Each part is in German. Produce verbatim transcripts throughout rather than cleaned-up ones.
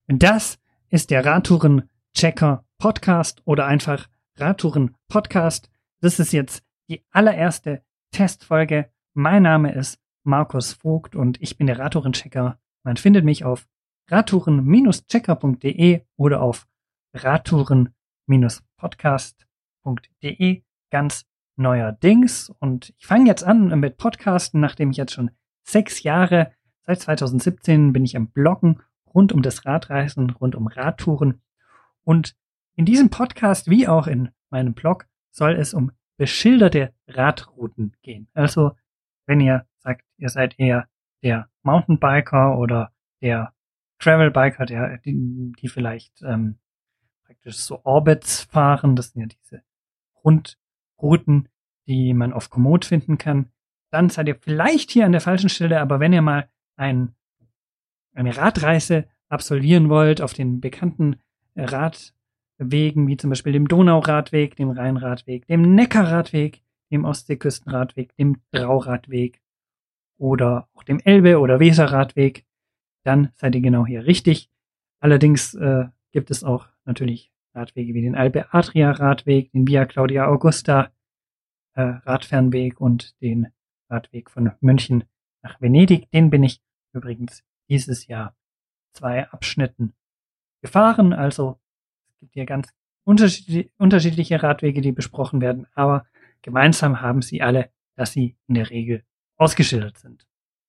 Das ist der Radtouren-Checker Podcast oder einfach Radtouren-Podcast. Das ist jetzt die allererste Testfolge. Mein Name ist Markus Vogt und ich bin der Radtouren-Checker. Man findet mich auf radtouren Checker punkt de oder auf radtouren Podcast punkt de. Ganz neuerdings. Und ich fange jetzt an mit Podcasten, nachdem ich jetzt schon sechs Jahre, seit zwanzig siebzehn bin ich am Bloggen rund um das Radreisen, rund um Radtouren. Und in diesem Podcast, wie auch in meinem Blog, soll es um beschilderte Radrouten gehen. Also, wenn ihr sagt, ihr seid eher der Mountainbiker oder der Travelbiker, der, die, die vielleicht ähm, praktisch so Orbits fahren, das sind ja diese Rundrouten, die man auf Komoot finden kann, dann seid ihr vielleicht hier an der falschen Stelle, aber wenn ihr mal ein, eine Radreise absolvieren wollt auf den bekannten Radwegen, wie zum Beispiel dem Donauradweg, dem Rheinradweg, dem Neckarradweg, dem Ostseeküstenradweg, dem Drauradweg oder auch dem Elbe- oder Weserradweg, dann seid ihr genau hier richtig. Allerdings äh, gibt es auch natürlich Radwege wie den Alpe-Adria-Radweg, den Via Claudia Augusta äh, Radfernweg und den Radweg von München nach Venedig. Den bin ich übrigens dieses Jahr zwei Abschnitten gefahren. Also es gibt hier ganz unterschiedliche, unterschiedliche Radwege, die besprochen werden, aber gemeinsam haben sie alle, dass sie in der Regel ausgeschildert sind.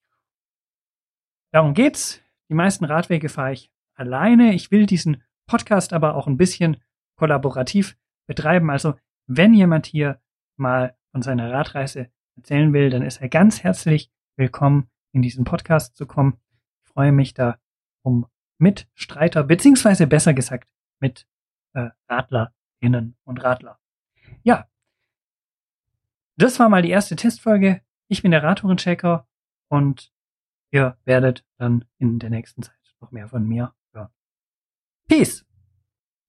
Darum geht's. Die meisten Radwege fahre ich alleine. Ich will diesen Podcast aber auch ein bisschen kollaborativ betreiben. Also wenn jemand hier mal von seiner Radreise erzählen will, dann ist er ganz herzlich willkommen, in diesen Podcast zu kommen. Ich freue mich da um Mitstreiter, beziehungsweise besser gesagt mit äh, Radlerinnen und Radler. Ja, das war mal die erste Testfolge. Ich bin der Radtouren-Checker und ihr werdet dann in der nächsten Zeit noch mehr von mir hören. Peace!